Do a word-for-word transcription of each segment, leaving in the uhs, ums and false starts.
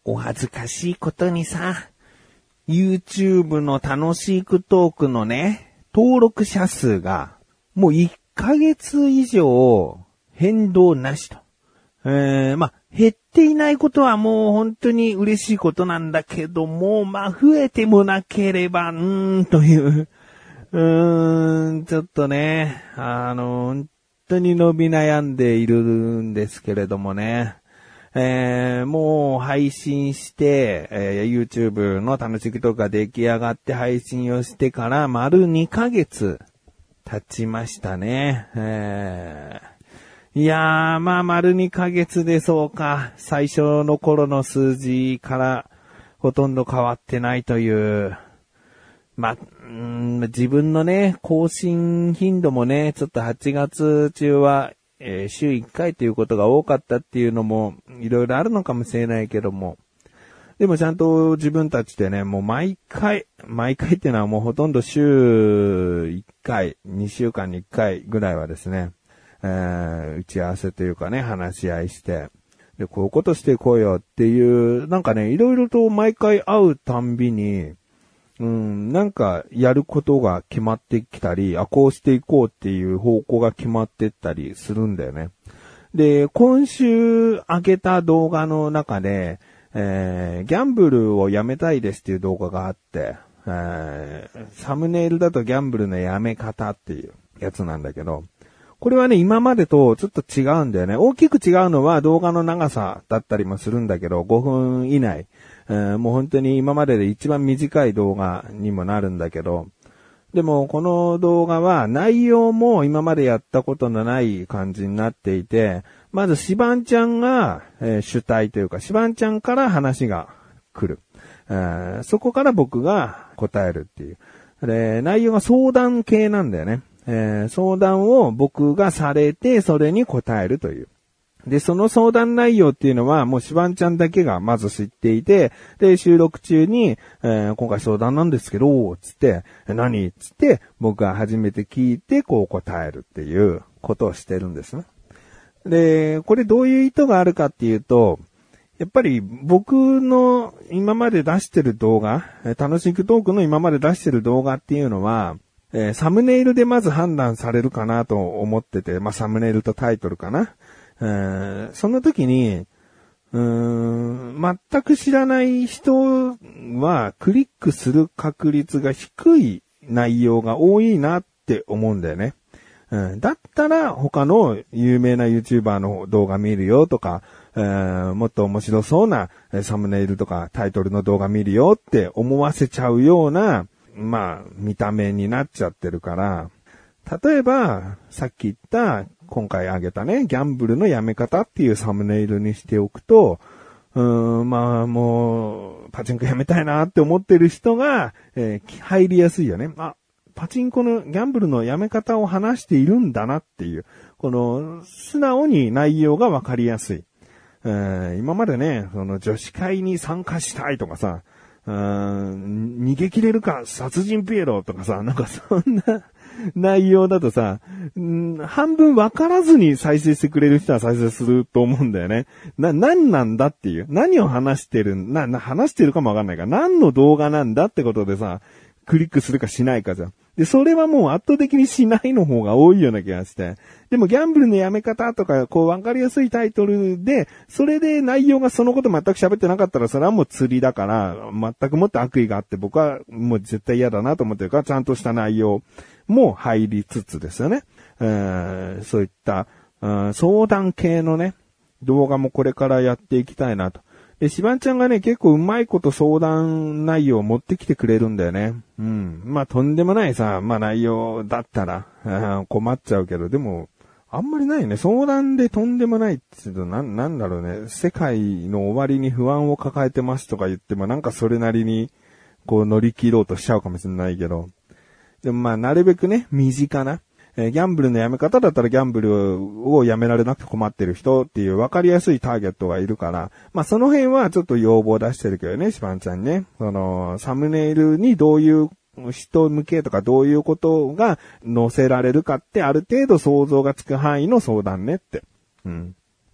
お恥ずかしいことにさ、YouTube の楽しくトークのね、登録者数がもういっかげつ以上変動なしと。えー、まあ、減っていないことはもう本当に嬉しいことなんだけども、まあ、増えてもなければ、うーん、という、うーん、ちょっとね、あの、本当に伸び悩んでいるんですけれどもね。えー、もう配信して、えー、YouTube の楽しくトークが出来上がって配信をしてから丸にかげつ経ちましたね。えーいやー、まあ、丸にかげつでそうか。最初の頃の数字からほとんど変わってないという。まあ、うーん自分のね、更新頻度もね、ちょっとはちがつ中は、えー、週いっかいということが多かったっていうのも、いろいろあるのかもしれないけども。でもちゃんと自分たちでね、もう毎回、毎回っていうのはもうほとんど週いっかい、にしゅうかんにいっかいぐらいはですね、えー、打ち合わせというかね、話し合いして、で、こういうことしていこうよっていう、なんかね、いろいろと毎回会うたんびに、うん、なんかやることが決まってきたり、あ、こうしていこうっていう方向が決まってったりするんだよね。で、今週上げた動画の中で、えー、ギャンブルをやめたいですっていう動画があって、えー、サムネイルだとギャンブルのやめ方っていうやつなんだけど、これはね、今までとちょっと違うんだよね。大きく違うのは動画の長さだったりもするんだけど、ごふん以内。えー、もう本当に今までで一番短い動画にもなるんだけど、でもこの動画は内容も今までやったことのない感じになっていて、まずシバンちゃんが、えー、主体というか、シバンちゃんから話が来る。えー、そこから僕が答えるっていう。で、内容が相談系なんだよね。えー、相談を僕がされて、それに答えるという。で、その相談内容っていうのは、もうシバンちゃんだけがまず知っていて、で、収録中に、えー、今回相談なんですけど、つって、何つって、僕が初めて聞いて、こう答えるっていうことをしてるんですね。で、これどういう意図があるかっていうと、やっぱり僕の今まで出してる動画、楽しくトークの今まで出してる動画っていうのは、えー、サムネイルでまず判断されるかなと思ってて、まあ、サムネイルとタイトルかな。えー、その時に、うーん、全く知らない人はクリックする確率が低い内容が多いなって思うんだよね。うん、だったら他の有名な YouTuber の動画見るよとか、えー、もっと面白そうなサムネイルとかタイトルの動画見るよって思わせちゃうような、まあ、見た目になっちゃってるから、例えば、さっき言った、今回あげたね、ギャンブルのやめ方っていうサムネイルにしておくと、うーん、まあ、もう、パチンコやめたいなって思ってる人が、えー、入りやすいよね。あ、パチンコのギャンブルのやめ方を話しているんだなっていう、この、素直に内容がわかりやすい。えー、今までね、その女子会に参加したいとかさ、うーん逃げ切れるか殺人ピエロとかさ、なんかそんな内容だとさ、ん半分分からずに再生してくれる人は再生すると思うんだよね。な、何なんだっていう。何を話してるな、な、話してるかもわかんないから、何の動画なんだってことでさ、クリックするかしないかじゃん。で、それはもう圧倒的にしないの方が多いような気がして。でもギャンブルのやめ方とか、こう分かりやすいタイトルで、それで内容がそのこと全く喋ってなかったら、それはもう釣りだから、全くもって悪意があって、僕はもう絶対嫌だなと思ってるから、ちゃんとした内容も入りつつですよね。えー、そういった、うん、相談系のね、動画もこれからやっていきたいなと。で、シバンちゃんがね、結構うまいこと相談内容を持ってきてくれるんだよね。うん。まあ、とんでもないさ、まあ内容だったら、困っちゃうけど、でも、あんまりないね。相談でとんでもないって言うと、なん、なんだろうね。世界の終わりに不安を抱えてますとか言っても、なんかそれなりに、こう乗り切ろうとしちゃうかもしれないけど。でもまあ、なるべくね、身近な。えー、ギャンブルのやめ方だったらギャンブルをやめられなくて困ってる人っていう分かりやすいターゲットがいるから、まあその辺はちょっと要望出してるけどね、シバンちゃんね。その、サムネイルにどういう人向けとかどういうことが載せられるかってある程度想像がつく範囲の相談ねって。うん。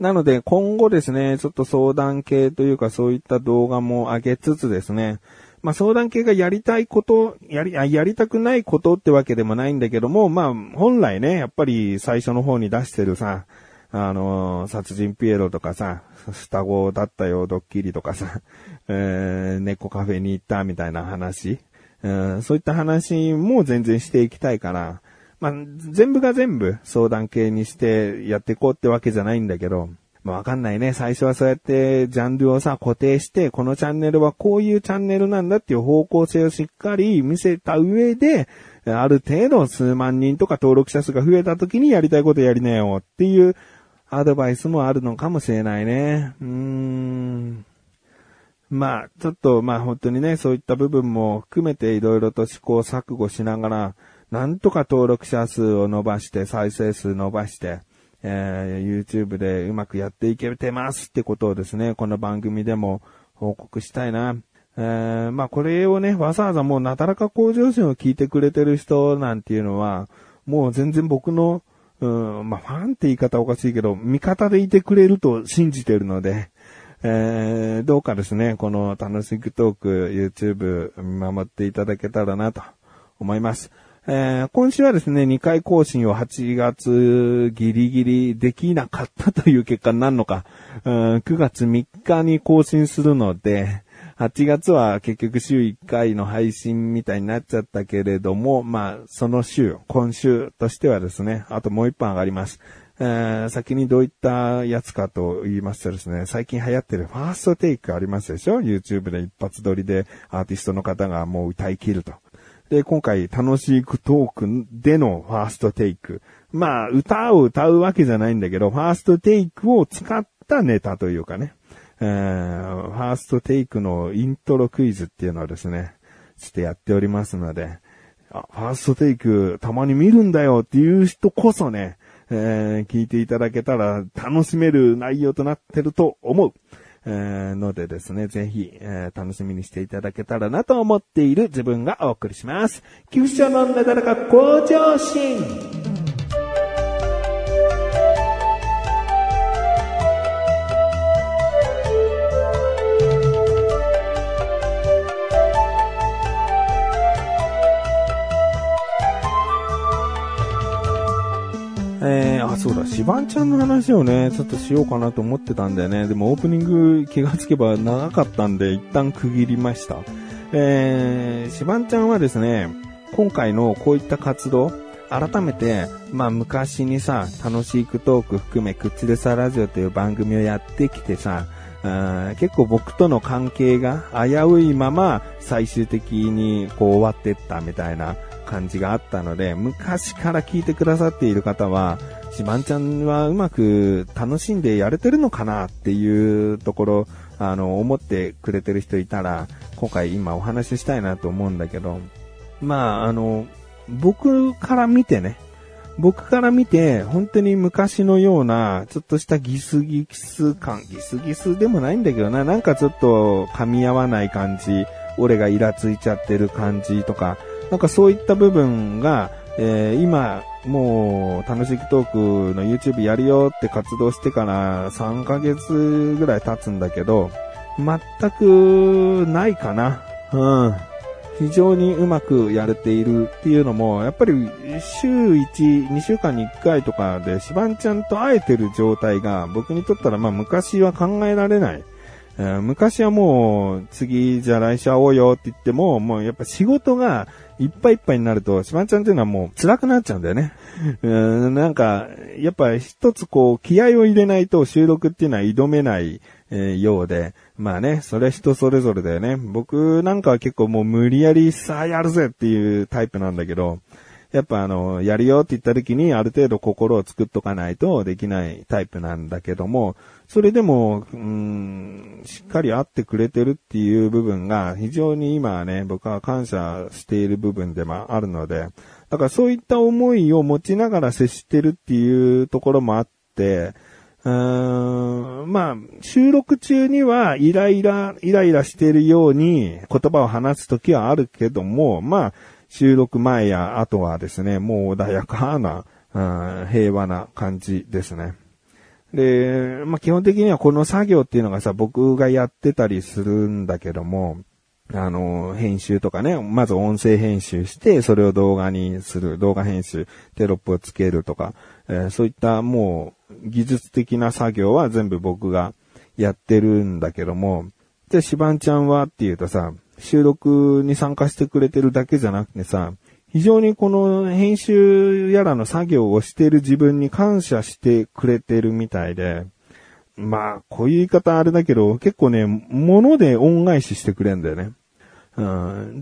なので今後ですね、ちょっと相談系というかそういった動画も上げつつですね、まあ相談系がやりたいこと、やり、やりたくないことってわけでもないんだけども、まあ本来ね、やっぱり最初の方に出してるさ、あのー、殺人ピエロとかさ、双子だったよ、ドッキリとかさ、えー、猫カフェに行ったみたいな話、うん、そういった話も全然していきたいから、まあ、全部が全部相談系にしてやっていこうってわけじゃないんだけど、まあ、わかんないね。最初はそうやってジャンルをさ、固定して、このチャンネルはこういうチャンネルなんだっていう方向性をしっかり見せた上で、ある程度数万人とか登録者数が増えた時にやりたいことやりなよっていうアドバイスもあるのかもしれないね。うーん。まあ、ちょっと、まあ本当にね、そういった部分も含めていろいろと試行錯誤しながら、なんとか登録者数を伸ばして、再生数伸ばして、えー、YouTube でうまくやっていけてますってことをですね、この番組でも報告したいな。えー、まあこれをね、わざわざもうなだらか向上心を聞いてくれてる人なんていうのは、もう全然僕の、うん、まあファンって言い方おかしいけど、味方でいてくれると信じてるので、えー、どうかですね、この楽しくトーク YouTube 見守っていただけたらなと思います。えー、今週はですね、にかい更新をはちがつギリギリできなかったという結果になるのか、うん、くがつみっかに更新するので、はちがつは結局週いっかいの配信みたいになっちゃったけれども、まあ、その週、今週としてはですね、あともう一本上がります。えー、先にどういったやつかと言いますとですね、最近流行ってるファーストテイクありますでしょ？ YouTube で一発撮りでアーティストの方がもう歌い切ると。で、今回楽しくトークでのファーストテイク。まあ、歌を歌うわけじゃないんだけど、ファーストテイクを使ったネタというかね、えー、ファーストテイクのイントロクイズっていうのをですね、ちょっとやっておりますので、あ、ファーストテイクたまに見るんだよっていう人こそね、えー、聞いていただけたら楽しめる内容となってると思う。えー、のでですね、ぜひ、えー、楽しみにしていただけたらなと思っている自分がお送りします。菊池のなだらか向上心。えー、あ、そうだ、シバンちゃんの話をね、ちょっとしようかなと思ってたんだよね。でもオープニング気がつけば長かったんで、一旦区切りました。えー、シバンちゃんはですね、今回のこういった活動、改めて、まあ昔にさ、楽しいクトーク含め、クッチレサラジオという番組をやってきてさ、あ結構僕との関係が危ういまま最終的にこう終わってったみたいな感じがあったので、昔から聞いてくださっている方は、シバンちゃんはうまく楽しんでやれてるのかなっていうところ、あの、思ってくれてる人いたら、今回今お話ししたいなと思うんだけど、まあ、あの、僕から見てね、僕から見て、本当に昔のような、ちょっとしたギスギス感、ギスギスでもないんだけどな、なんかちょっと噛み合わない感じ、俺がイラついちゃってる感じとか、なんかそういった部分が、えー、今、もう、楽しくトークの YouTube やるよって活動してからさんかげつぐらい経つんだけど、全くないかな。うん。非常にうまくやれているっていうのも、やっぱり週いち、にしゅうかんにいっかいとかでシバンちゃんと会えてる状態が僕にとったらまあ昔は考えられない。えー、昔はもう次じゃあ来週会おうよって言っても、もうやっぱ仕事がいっぱいいっぱいになるとシバンちゃんっていうのはもう辛くなっちゃうんだよね。うーん、なんかやっぱ一つこう気合を入れないと収録っていうのは挑めない、えー、ようで、まあね、それは人それぞれだよね。僕なんかは結構もう無理やりさあやるぜっていうタイプなんだけど、やっぱあの、やるよって言った時にある程度心を作っとかないとできないタイプなんだけども、それでも、うーん、しっかり会ってくれてるっていう部分が非常に今はね、僕は感謝している部分でもあるので、だからそういった思いを持ちながら接してるっていうところもあって、うーん、まあ、収録中にはイライラ、イライラしているように言葉を話すときはあるけども、まあ、収録前や後はですね、もう穏やかな、うん、平和な感じですね。 で、まあ、基本的にはこの作業っていうのがさ、僕がやってたりするんだけども、あの、編集とかね、まず音声編集して、それを動画にする、動画編集、テロップをつけるとか、えー、そういったもう技術的な作業は全部僕がやってるんだけども、で、シバンちゃんはっていうとさ、収録に参加してくれてるだけじゃなくてさ、非常にこの編集やらの作業をしている自分に感謝してくれてるみたいで、まあ、こういう言い方あれだけど、結構ね、物で恩返ししてくれんだよね。うん、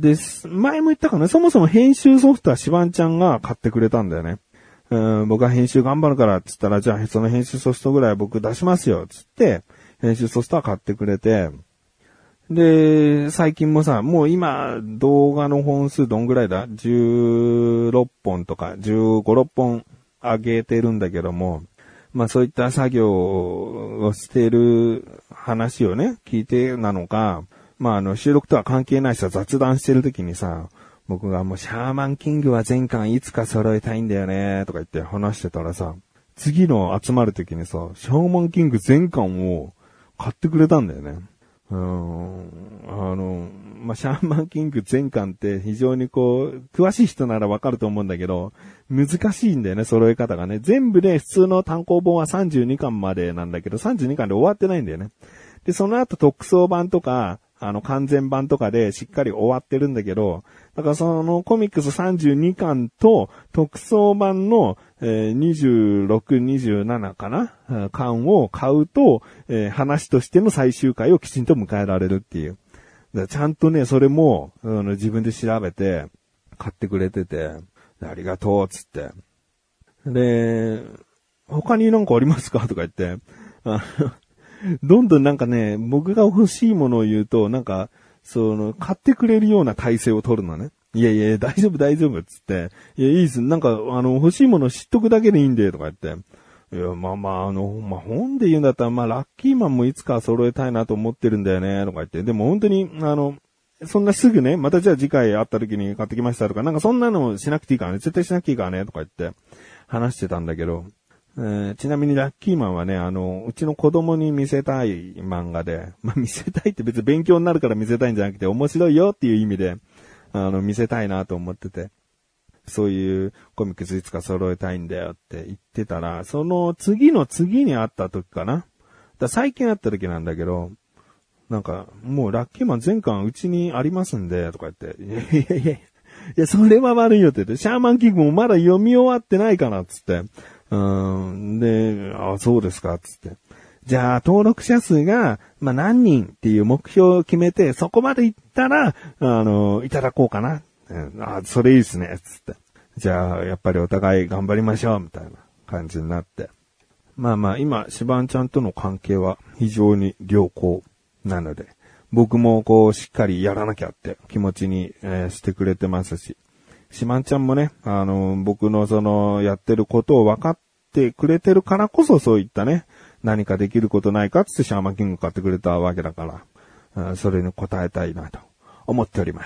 で、前も言ったかな、そもそも編集ソフトはシバンちゃんが買ってくれたんだよね。うん、僕は編集頑張るからって言ったら、じゃあその編集ソフトぐらい僕出しますよ、つって、編集ソフトは買ってくれて、で、最近もさ、もう今、動画の本数どんぐらいだ ?じゅうろっぽんとか、じゅうご、ろっぽん上げてるんだけども、まあそういった作業をしている話をね、聞いてなのか、まああの、収録とは関係ないさ、雑談してる時にさ、僕がもうシャーマンキングは全巻いつか揃えたいんだよね、とか言って話してたらさ、次の集まる時にさ、シャーマンキング全巻を買ってくれたんだよね。うーん、あの、まあ、シャーマンキング全巻って非常にこう、詳しい人ならわかると思うんだけど、難しいんだよね、揃え方がね。全部で普通の単行本はさんじゅうにかんまでなんだけど、さんじゅうにかんで終わってないんだよね。で、その後特装版とか、あの、完全版とかでしっかり終わってるんだけど、だからそのコミックスさんじゅうにかんと特装版の、えー、にじゅうろく、にじゅうななかな巻を買うと、えー、話としての最終回をきちんと迎えられるっていう。だちゃんとね、それも、あの、自分で調べて買ってくれてて、ありがとう、つって。で、他になんかありますかとか言って、あのどんどんなんかね、僕が欲しいものを言うと、なんか、その、買ってくれるような体勢を取るのね。いやいや、大丈夫大丈夫、つって。いや、いいです。なんか、あの、欲しいもの知っとくだけでいいんで、とか言って。いや、まあまあ、あの、まあ本で言うんだったら、まあラッキーマンもいつか揃えたいなと思ってるんだよね、とか言って。でも本当に、あの、そんなすぐね、またじゃあ次回会った時に買ってきましたとか、なんかそんなのしなくていいからね、絶対しなくていいからね、とか言って話してたんだけど、えー、ちなみにラッキーマンはね、あの、うちの子供に見せたい漫画で、まあ見せたいって別に勉強になるから見せたいんじゃなくて、面白いよっていう意味で、あの、見せたいなと思ってて。そういうコミックスいつか揃えたいんだよって言ってたら、その次の次に会った時かな。だ最近会った時なんだけど、なんか、もうラッキーマン全巻うちにありますんで、とか言って、いやいやいや、いや、それは悪いよって言って、シャーマンキングもまだ読み終わってないかな、つって。うーん、で、あ、そうですか、つって。じゃあ、登録者数が、まあ、何人っていう目標を決めて、そこまで行ったら、あの、いただこうかな。うん、あ、それいいですね、つって。じゃあ、やっぱりお互い頑張りましょう、みたいな感じになって。まあまあ、今、シバンちゃんとの関係は非常に良好なので、僕もこう、しっかりやらなきゃって気持ちに、えー、してくれてますし、シバンちゃんもね、あの、僕のその、やってることを分かってくれてるからこそ、そういったね、何かできることないかつってシャーマンキング買ってくれたわけだから、それに応えたいなと思っております。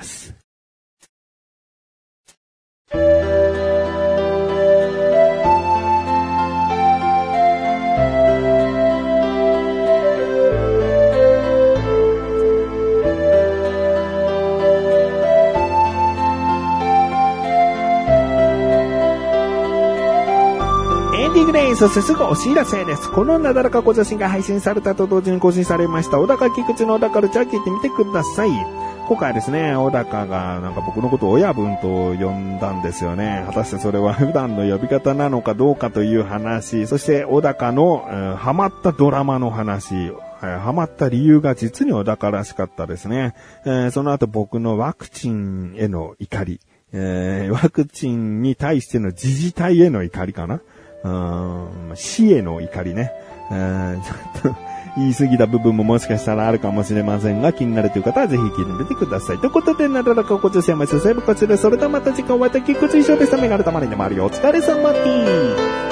そしてすぐお知らせです。このなだらかご写真が配信されたと同時に更新されました小高菊池の小高ルチャー聞いてみてください。今回はですね、小高がなんか僕のことを親分と呼んだんですよね。果たしてそれは普段の呼び方なのかどうかという話、そして小高の、えー、ハマったドラマの話、ハマった理由が実に小高らしかったですね。えー、その後僕のワクチンへの怒り、えー、ワクチンに対しての自治体への怒りかな。うーん、死への怒りね。うーん、ちょっと言い過ぎた部分ももしかしたらあるかもしれませんが、気になるという方はぜひ聞いてみてください。ということで、なだらかごちそうさまです。それではこちら、それではまた次回お会いできること以上でした。メガネたまりでもあるよ。お疲れ様です。